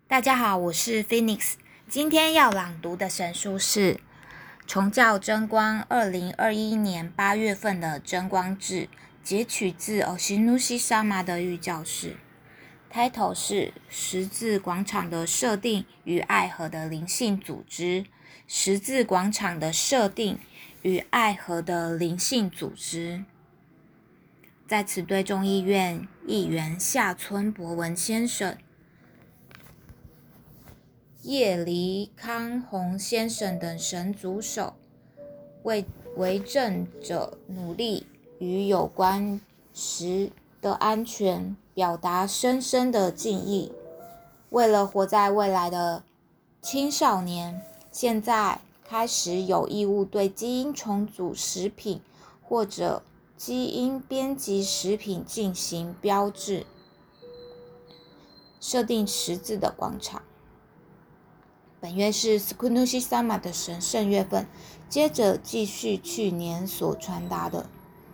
大家好，我是 Phoenix。今天要朗读的神书是崇教真光2021年8月份的真光志，截取自Oshinushi Sama 的御教示。Title 是十字广场的设定与爱河的灵性组织。十字广场的设定与爱河的灵性组织。在此对众议院议员下村博文先生、叶黎康弘先生等神组手为政者努力与有关时的安全表达深深的敬意。为了活在未来的青少年，现在开始有义务对基因重组食品或者基因编辑食品进行标志，设定十字的广场。本月是 Tsukunushi Sama 的神圣月份，接着继续去年所传达的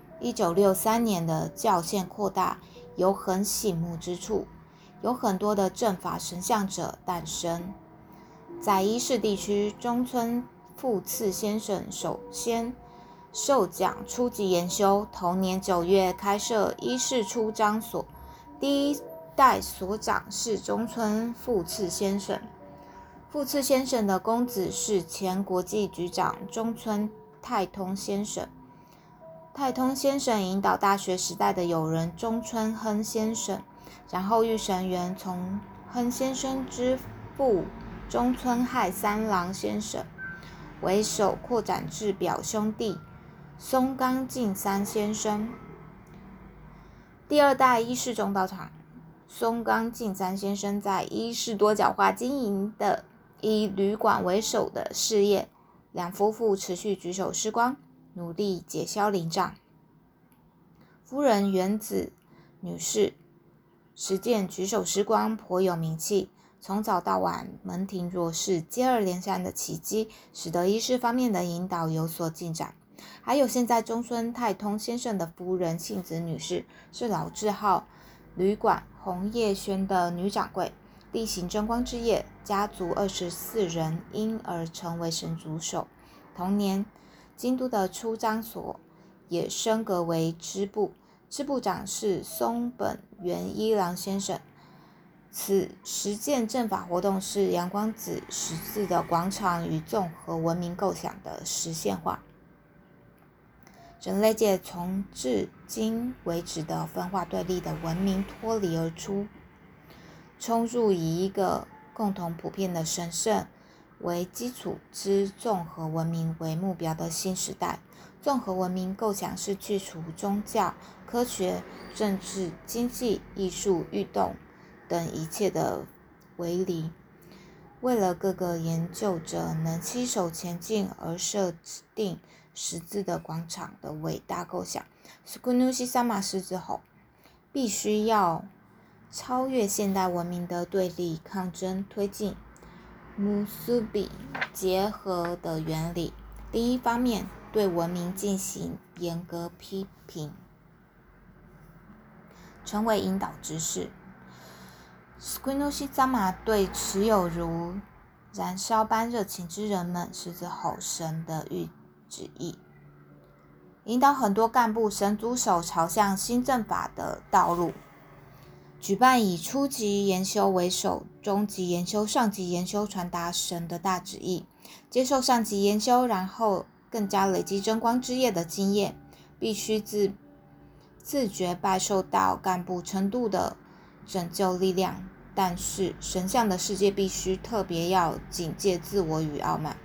1963年的教线扩大，有很醒目之处，有很多的正法神像者诞生。在伊势地区，中村富次先生首先受奖初级研修，同年9月开设伊势出张所，第一代所长是中村富次先生。富次先生的公子是前国际局长中村泰通先生。泰通先生引导大学时代的友人中村亨先生，然后御神员从亨先生之父中村亥三郎先生为首扩展至表兄弟松冈进三先生。第二代伊势中道场松冈进三先生在伊势多角化经营的以旅馆为首的事业，两夫妇持续举手施光，努力解消灵障。夫人原子女士实践举手施光颇有名气，从早到晚门庭若市，接二连三的奇迹使得医师方面的引导有所进展。还有现在中村泰通先生的夫人幸子女士是老字号旅馆红叶轩的女掌柜，例行真光之夜，家族24人因而成为神组手。同年，京都的出张所也升格为支部，支部长是松本元一郎先生。此实践正法活动是阳光子十字的广场与综合文明构想的实现化。人类界从至今为止的分化对立的文明脱离而出，冲入以一个共同普遍的神圣为基础之综合文明为目标的新时代。综合文明构想是去除宗教、科学、政治、经济、艺术、运动等一切的围篱，为了各个研究者能携手前进而设定十字的广场的伟大构想。Tsukunushi Sama 狮子吼必须要超越现代文明的对立抗争，推进 Musubi 结合的原理。另一方面，对文明进行严格批评，成为引导之士。Tsukunushi Sama 对持有如燃烧般热情之人们狮子吼神的旨意，引导很多干部神组手朝向新正法的道路。举办以初级研修为首，中级研修、上级研修传达神的大旨意，接受上级研修，然后更加累积真光之夜的经验，必须自觉拜受到干部程度的拯救力量。但是神像的世界必须特别要警戒自我与傲慢，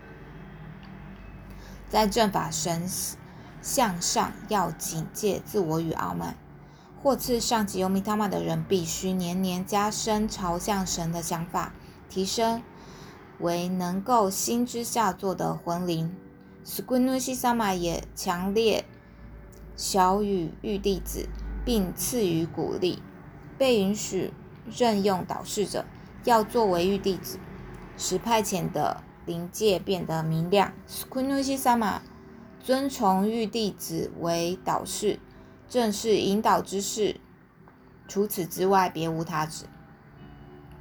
在正法神像上要警戒自我与傲慢。获赐上级欧米塔玛的人必须年年加深朝向神的想法，提升为能够心之下作的魂灵。Tsukunushi Sama 也强烈小语御弟子，并赐予鼓励，被允许任用导师者要作为御弟子，使派遣的灵界变得明亮。Tsukunushi Sama 尊崇御弟子为导师，正是引导之事，除此之外别无他旨。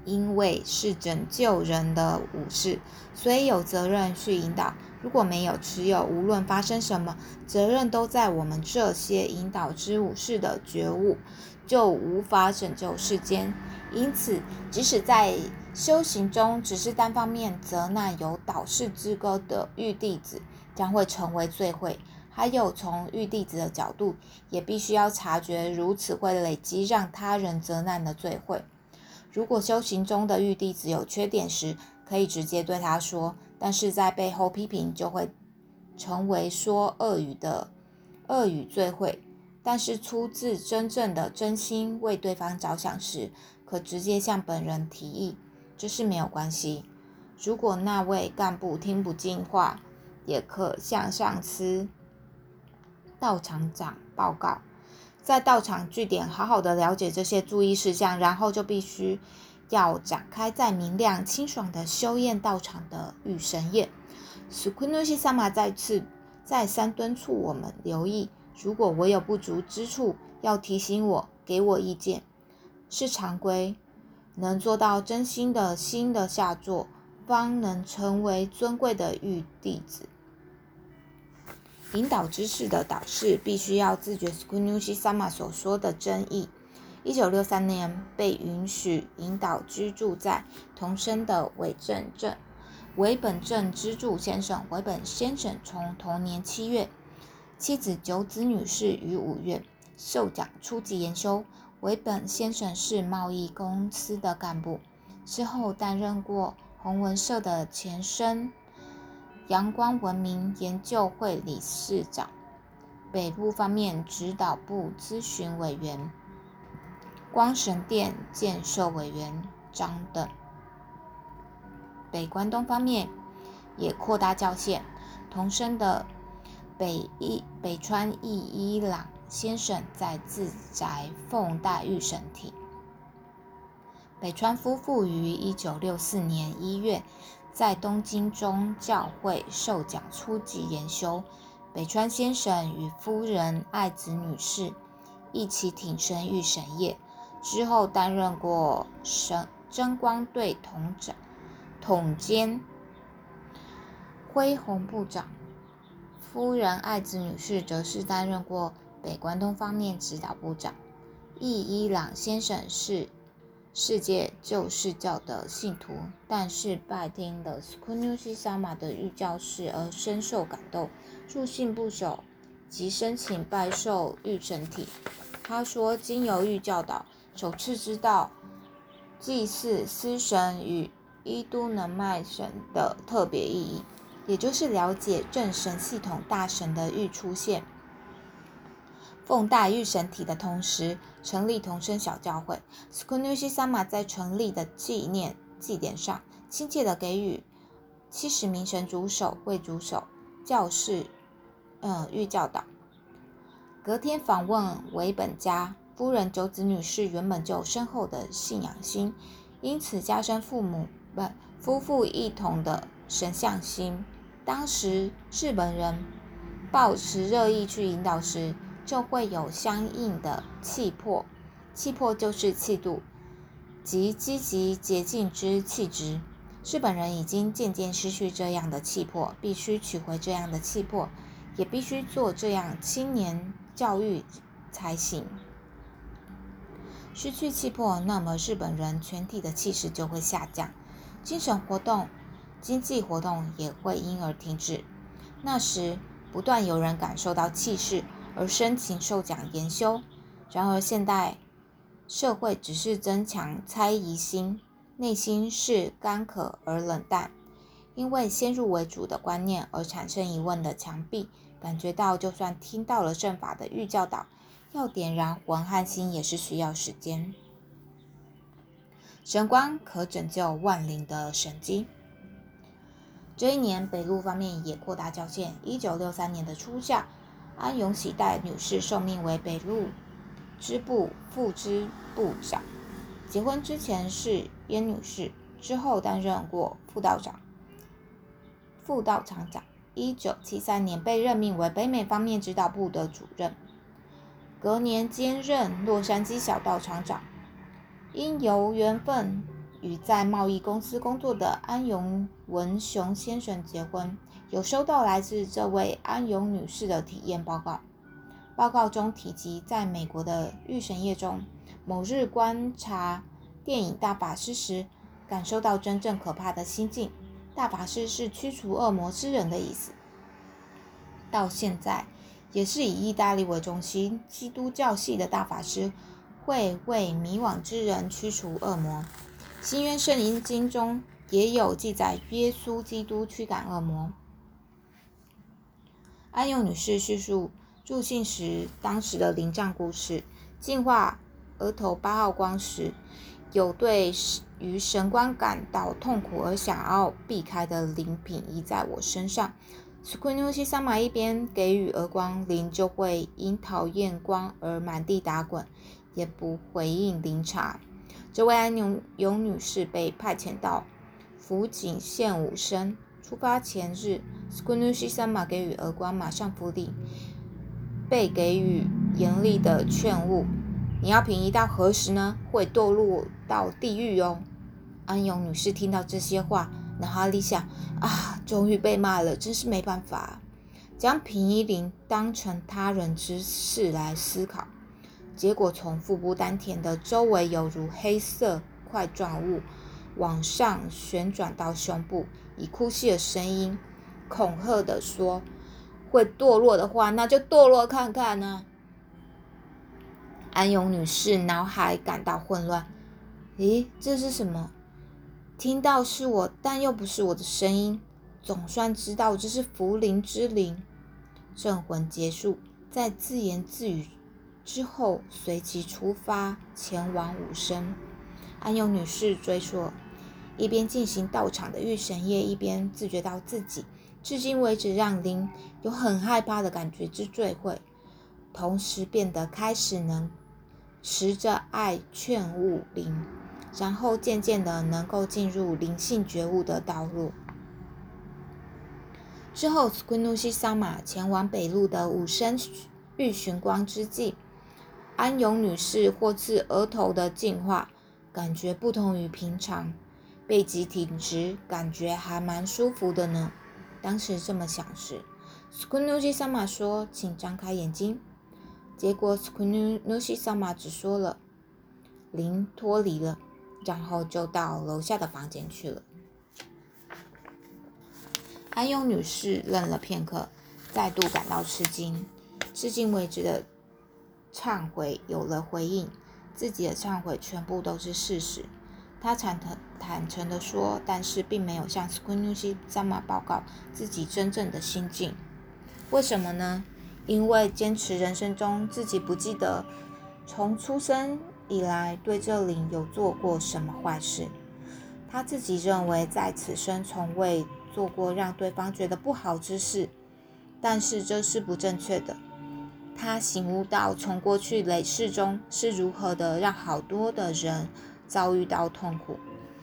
因为是拯救人的武士，所以有责任去引导。如果没有持有无论发生什么，责任都在我们这些引导之武士的觉悟，就无法拯救世间。因此，即使在修行中只是单方面责难有导师之歌的玉弟子，将会成为罪会。还有从玉弟子的角度，也必须要察觉如此会累积让他人责难的罪会。如果修行中的玉弟子有缺点时，可以直接对他说，但是在背后批评就会成为说恶语的恶语罪会。但是出自真正的真心为对方着想时，可直接向本人提议，这是没有关系。如果那位干部听不进话，也可向上司道场长报告，在道场据点好好的了解这些注意事项，然后就必须要展开在明亮清爽的修验道场的御神宴。Sukunushi Sama 再三敦促我们留意，如果我有不足之处，要提醒我，给我意见，是常规。能做到真心的心的下作，方能成为尊贵的御弟子。引导知识的导师必须要自觉 Sukunushi Sama 所说的真意。1963年被允许引导居住在桐生的尾本正之助先生。尾本先生从同年7月，妻子久子女士于5月受奖初级研修。尾本先生是贸易公司的干部，之后担任过弘文社的前身阳光文明研究会理事长、北部方面指导部咨询委员、光神殿建设委员长等。北关东方面也扩大教线，同生的北川义一郎先生在自宅奉大御神体。北川夫妇于1964年1月在东京中教会受奖初级研修。北川先生与夫人爱子女士一起挺身御神业，之后担任过真光队统监、恢弘部长。夫人爱子女士则是担任过北关东方面指导部长。义一郎先生是世界救世教的信徒，但是拜听了 Sukunushi Sama 的御教示而深受感动，入信不守，即申请拜受御神体。他说，经由御教导，首次知道祭祀司神与伊都能卖神的特别意义，也就是了解正神系统大神的御出现。奉大御神体的同时，成立同生小教会。Sukunushi Sama 在成立的纪念祭典上，亲切地给予70名神主手、会主手、教士御教导。隔天访问尾本家，夫人久子女士原本就有深厚的信仰心，因此加深夫妇一同的神像心。当时日本人抱持热意去引导时，就会有相应的气魄。气魄就是气度，即积极洁净之气质。日本人已经渐渐失去这样的气魄，必须取回这样的气魄，也必须做这样青年教育才行。失去气魄，那么日本人全体的气势就会下降，精神活动、经济活动也会因而停止。那时不断有人感受到气势而申请受奖研修。然而现代社会只是增强猜疑心，内心是干渴而冷淡，因为先入为主的观念而产生疑问的墙壁，感觉到就算听到了正法的御教导，要点燃魂和心也是需要时间。神光可拯救万灵的神迹。这一年北陆方面也扩大教线。1963年的初夏，安永喜代女士受命为北陆支部副支部长。结婚之前是燕女士，之后担任过副道场长。1973年被任命为北美方面指导部的主任，隔年兼任洛杉矶小道场长。因由缘分与在贸易公司工作的安永文雄先生结婚，有收到来自这位安永女士的体验报告。报告中提及，在美国的御神夜中，某日观察电影《大法师》时，感受到真正可怕的心境。大法师是驱除恶魔之人的意思。到现在，也是以意大利为中心基督教系的大法师会为迷惘之人驱除恶魔。新约圣经中也有记载耶稣基督驱赶恶魔。安永女士叙述入信时当时的灵障故事。净化额头8号光时，有对于神光感到痛苦而想要避开的灵品移在我身上。斯库努西萨玛一边给予耳光，灵就会因讨厌光而满地打滚，也不回应灵察。这位安永女士被派遣到福井县武生。出发前日，斯库努西萨玛给予耳光，马上服灵，被给予严厉的劝谕：你要平移到何时呢？会堕落到地狱哦。安永女士听到这些话，脑海里想：终于被骂了，真是没办法。将平移灵当成他人之事来思考，结果从腹部丹田的周围犹如黑色块状物往上旋转到胸部，以哭泣的声音恐吓地说：会堕落的话，那就堕落看看啊。安永女士脑海感到混乱，这是什么？听到是我，但又不是我的声音。总算知道这是福灵之灵。镇魂结束，在自言自语之后，随即出发前往武生。安永女士追溯，一边进行道场的御神业，一边自觉到自己至今为止让灵有很害怕的感觉之罪会，同时变得开始能持着爱劝悟灵，然后渐渐的能够进入灵性觉悟的道路。之后，斯库努西萨玛前往北路的武生御巡光之际，安永女士获赐额头的净化，感觉不同于平常，背脊挺直，感觉还蛮舒服的呢。当时这么想时，斯库努西萨玛说：“请张开眼睛。”结果斯库努西萨玛只说了“灵脱离了”，然后就到楼下的房间去了。安永女士愣了片刻，再度感到吃惊。至今为止的忏悔有了回应，自己的忏悔全部都是事实。她坦诚地说，但是并没有向斯库努西萨玛报告自己真正的心境。为什么呢？因为坚持人生中自己不记得从出生以来对这灵有做过什么坏事。他自己认为在此生从未做过让对方觉得不好之事，但是这是不正确的。他醒悟到从过去累世中是如何的让好多的人遭遇到痛苦。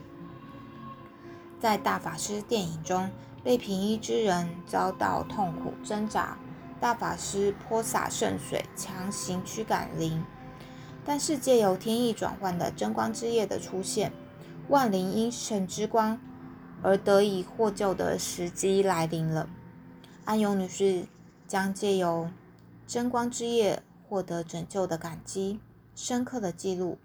在大法师电影中，被平移之人遭到痛苦挣扎，大法师泼洒圣水，强行驱赶灵。但是借由天意转换的真光之夜的出现，万灵因神之光而得以获救的时机来临了。安永女士将借由真光之夜获得拯救的感激深刻的记录。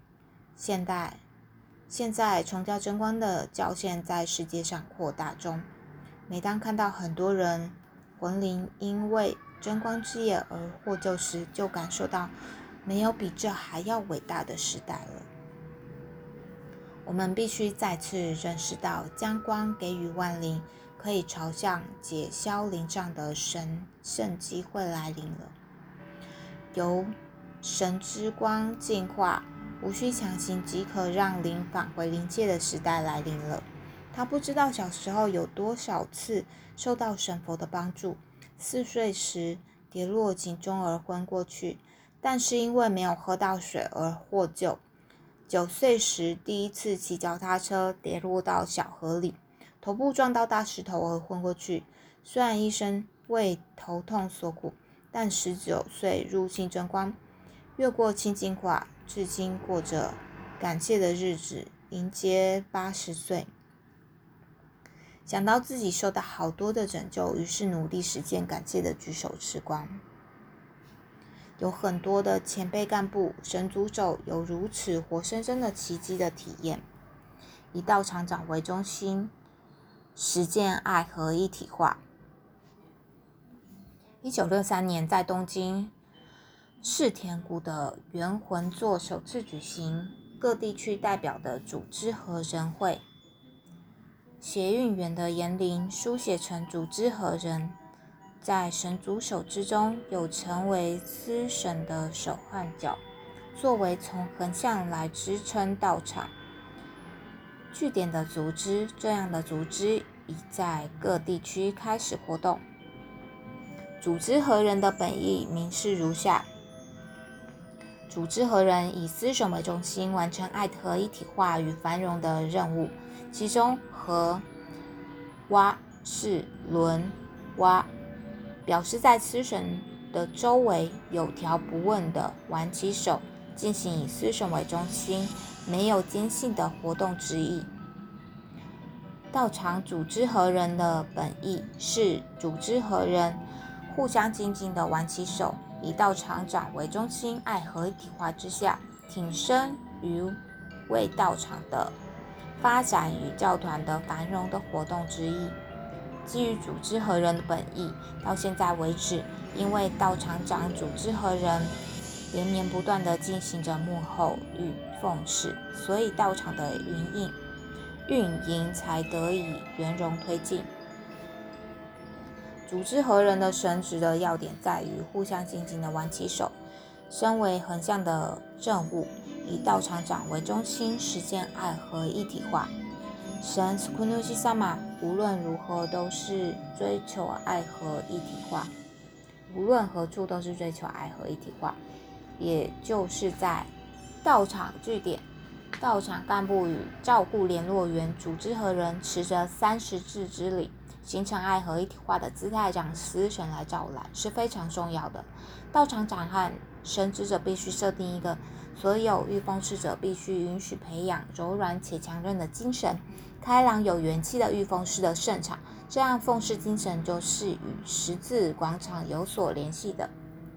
现在崇教真光的教线在世界上扩大中，每当看到很多人魂灵因为真光之夜而获救时，就感受到没有比这还要伟大的时代了。我们必须再次认识到，将光给予万灵，可以朝向解消灵障的神圣机会来临了。由神之光净化，无需强行即可让灵返回灵界的时代来临了。他不知道小时候有多少次受到神佛的帮助，4岁时跌落井中而昏过去，但是因为没有喝到水而获救。9岁时第一次骑脚踏车跌落到小河里，头部撞到大石头而昏过去。虽然医生为头痛所苦，但19岁入信真光，越过清净化，至今过着感谢的日子， 迎接80岁。想到自己受到好多的拯救，于是努力实践感谢的举手之光。有很多的前辈干部、神组手有如此活生生的奇迹的体验，以道场长为中心，实践爱合一体化。1963年，在东京世田谷的元魂座首次举行各地区代表的组织和人会，协运员的言灵书写成组织和人，在神组手之中有成为司神的手和脚，作为从横向来支撑道场据点的组织。这样的组织已在各地区开始活动。组织和人的本意明示如下：组织和人以司神为中心，完成爱合一体化与繁荣的任务。其中和蛙是轮蛙，表示在司神的周围有条不紊的挽起手，进行以司神为中心、没有间隙的活动之意。道场组织和人的本意是组织和人互相紧紧地挽起手，以道场长为中心，爱合一体化之下，挺身于为道场的发展与教团的繁荣的活动之意。基于组织和人的本意，到现在为止，因为道场长组织和人连绵不断地进行着幕后与奉事，所以道场的运营才得以圆融推进。组织和人的神职的要点在于互相紧紧的挽起手，身为横向的任务，以道场长为中心，实践爱合一体化。神 Tsukunushi Sama 无论如何都是追求爱合一体化，无论何处都是追求爱合一体化，也就是在道场据点、道场干部与照顾联络员、组织和人持着30字之礼，形成爱合一体化的姿态，让司神来招揽是非常重要的。道场长和神职者必须设定一个所有御奉仕者必须允许培养柔软且强韧的精神，开朗有元气的御奉仕的盛场，这样奉仕精神就是与十字广场有所联系的。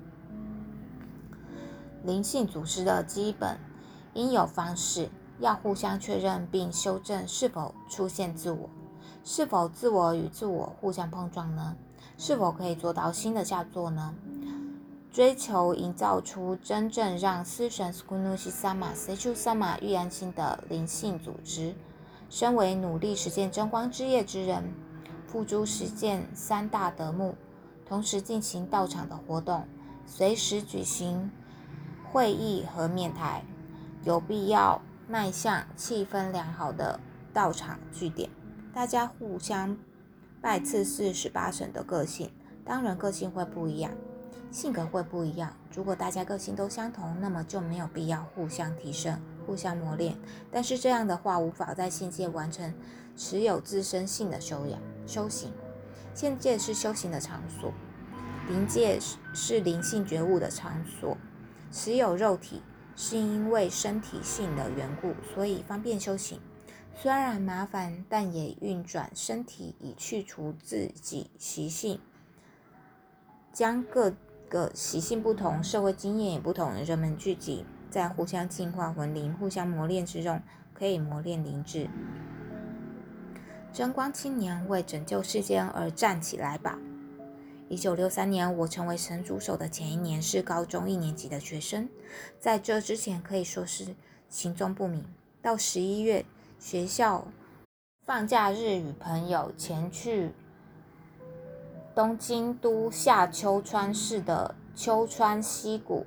灵性组织的基本应有方式，要互相确认并修正是否出现自我，是否自我与自我互相碰撞呢？是否可以做到新的下作呢？追求营造出真正让司神 Tsukunushi Sama Seichu Sama 预安心的灵性组织。身为努力实践真光之业之人，付诸实践3大德目，同时进行道场的活动，随时举行会议和面谈，有必要迈向气氛良好的道场据点，大家互相拜赐48神的个性。当然个性会不一样，性格会不一样，如果大家个性都相同，那么就没有必要互相提升、互相磨练。但是这样的话，无法在现界完成持有自身性的修行。现界是修行的场所，灵界是灵性觉悟的场所。持有肉体是因为身体性的缘故，所以方便修行。虽然麻烦，但也运转身体以去除自己习性，将各个习性不同、社会经验也不同的人们聚集，在互相净化魂灵、互相磨练之中，可以磨练灵智。真光青年为拯救世间而站起来吧！1963年，我成为神主手的前一年是高中1年级的学生，在这之前可以说是行踪不明。到11月，学校放假日，与朋友前去东京都下秋川市的秋川溪谷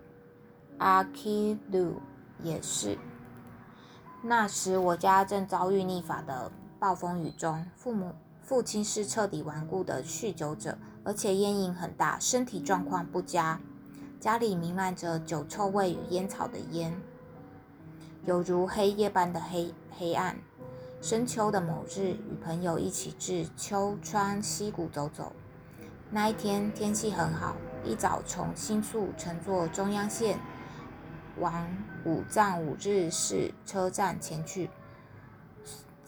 Akiru 也是。那时我家正遭遇逆法的暴风雨中，父亲是彻底顽固的酗酒者，而且烟瘾很大，身体状况不佳，家里弥漫着酒臭味与烟草的烟，犹如黑夜般的黑暗。深秋的某日，与朋友一起至秋川溪谷走走。那一天天气很好，一早从新宿乘坐中央线往武藏五日市车站前去。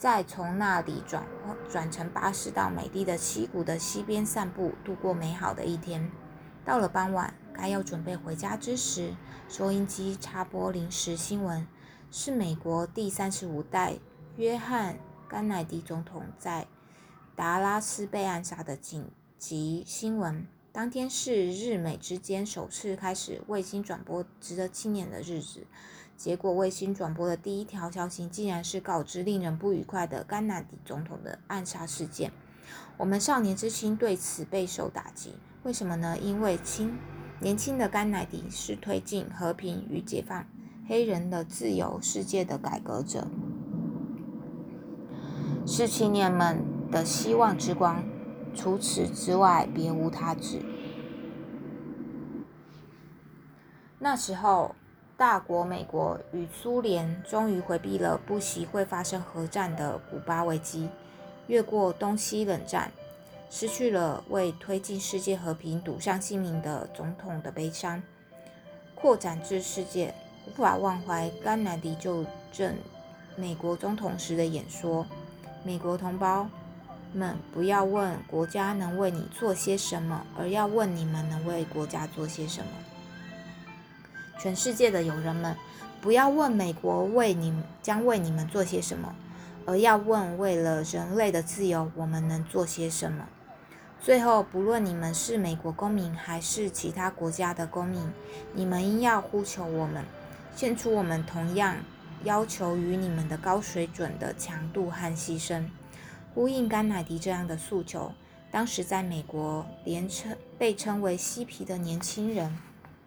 再从那里转乘巴士到美丽的溪谷的西边散步，度过美好的一天。到了傍晚，该要准备回家之时，收音机插播临时新闻，是美国第35代约翰·甘乃迪总统在达拉斯被暗杀的紧急新闻。当天是日美之间首次开始卫星转播值得纪念的日子。结果卫星转播的第一条消息竟然是告知令人不愉快的甘乃迪总统的暗杀事件。我们少年之心对此备受打击。为什么呢？因为年轻的甘乃迪是推进和平与解放黑人的自由世界的改革者，是青年们的希望之光，除此之外别无他志。那时候，大国美国与苏联终于回避了不惜会发生核战的古巴危机，越过东西冷战，失去了为推进世界和平赌上性命的总统的悲伤，扩展至世界。无法忘怀甘乃迪就任美国总统时的演说：美国同胞们，不要问国家能为你做些什么，而要问你们能为国家做些什么。全世界的友人们，不要问美国将为你们做些什么，而要问为了人类的自由，我们能做些什么。最后，不论你们是美国公民还是其他国家的公民，你们应要呼求我们，献出我们同样要求与你们的高水准的强度和牺牲。呼应甘乃迪这样的诉求，当时在美国被称为嬉皮的年轻人，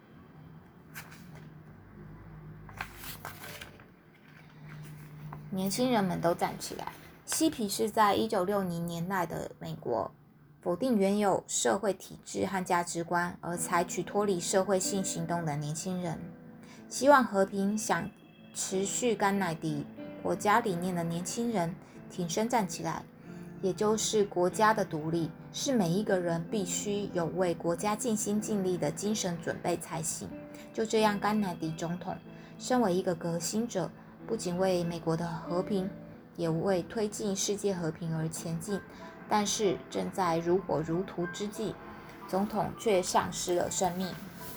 们都站起来。嬉皮是在1960年代的美国否定原有社会体制和价值观，而采取脱离社会性行动的年轻人。希望和平、想持续甘乃迪国家理念的年轻人挺身站起来，也就是国家的独立，是每一个人必须有为国家尽心尽力的精神准备才行。就这样，甘乃迪总统身为一个革新者，不仅为美国的和平，也为推进世界和平而前进。但是正在如火如荼之际，总统却丧失了生命。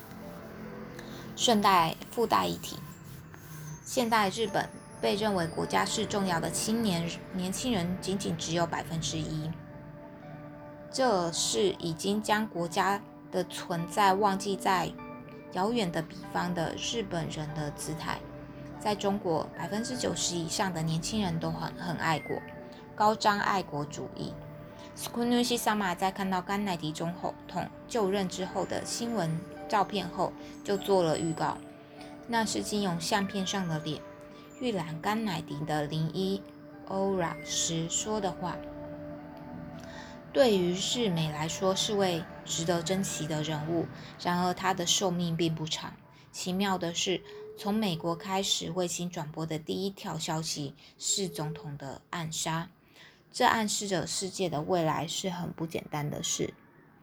附带一提，现代日本被认为国家是重要的年轻人仅仅只有1%，这是已经将国家的存在忘记在遥远的彼方的日本人的姿态。在中国，90%以上的年轻人都很爱国，高张爱国主义。Tsukunushi Sama 在看到甘乃迪总统就任之后的新闻照片后，就做了预告。那是金永相片上的脸，预览甘乃迪的灵衣 Aura 时说的话。对于日美来说是位值得珍惜的人物，然而他的寿命并不长。奇妙的是，从美国开始卫星转播的第一条消息是总统的暗杀，这暗示着世界的未来是很不简单的事。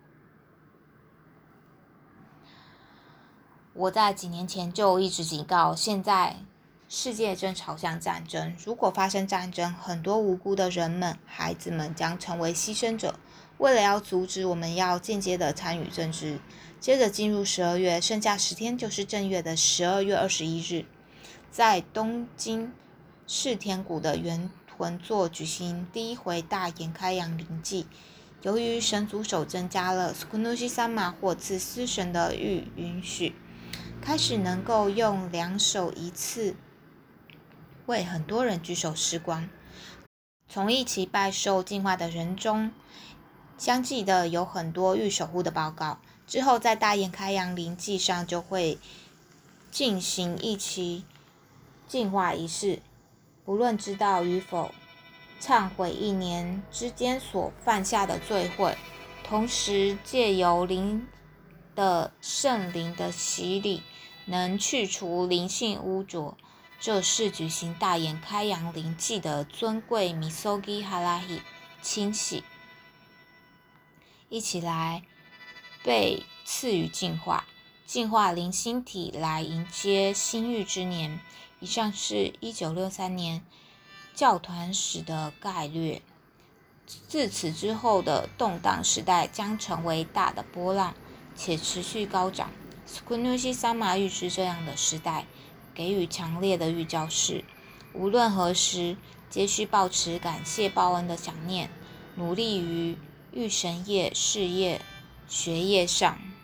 我在几年前就一直警告，现在世界正朝向战争，如果发生战争，很多无辜的人们、孩子们将成为牺牲者。为了要阻止，我们要间接的参与政治。接着进入12月，剩下10天就是正月的12月21日，在东京世田谷的元魂座举行第一回大岩开阳灵祭。由于神族手增加了 Tsukunushi Sama 或赐司神的允许，开始能够用2手一次为很多人举手施光。从一起拜寿进化的人中，相继的有很多欲守护的报告。之后在大岩开阳灵祭上就会进行一期净化仪式，不论知道与否，忏悔1年之间所犯下的罪秽，同时借由圣灵的洗礼，能去除灵性污浊。这是举行大岩开阳灵祭的尊贵 Misogi Harahi 亲戚一起来被赐予净化灵星体来迎接新玉之年。以上是1963年教团史的概略。自此之后的动荡时代将成为大的波浪，且持续高涨。斯库努西萨玛预知这样的时代，给予强烈的预兆是：无论何时，皆需保持感谢报恩的想念，努力于御神业、事业、学业上。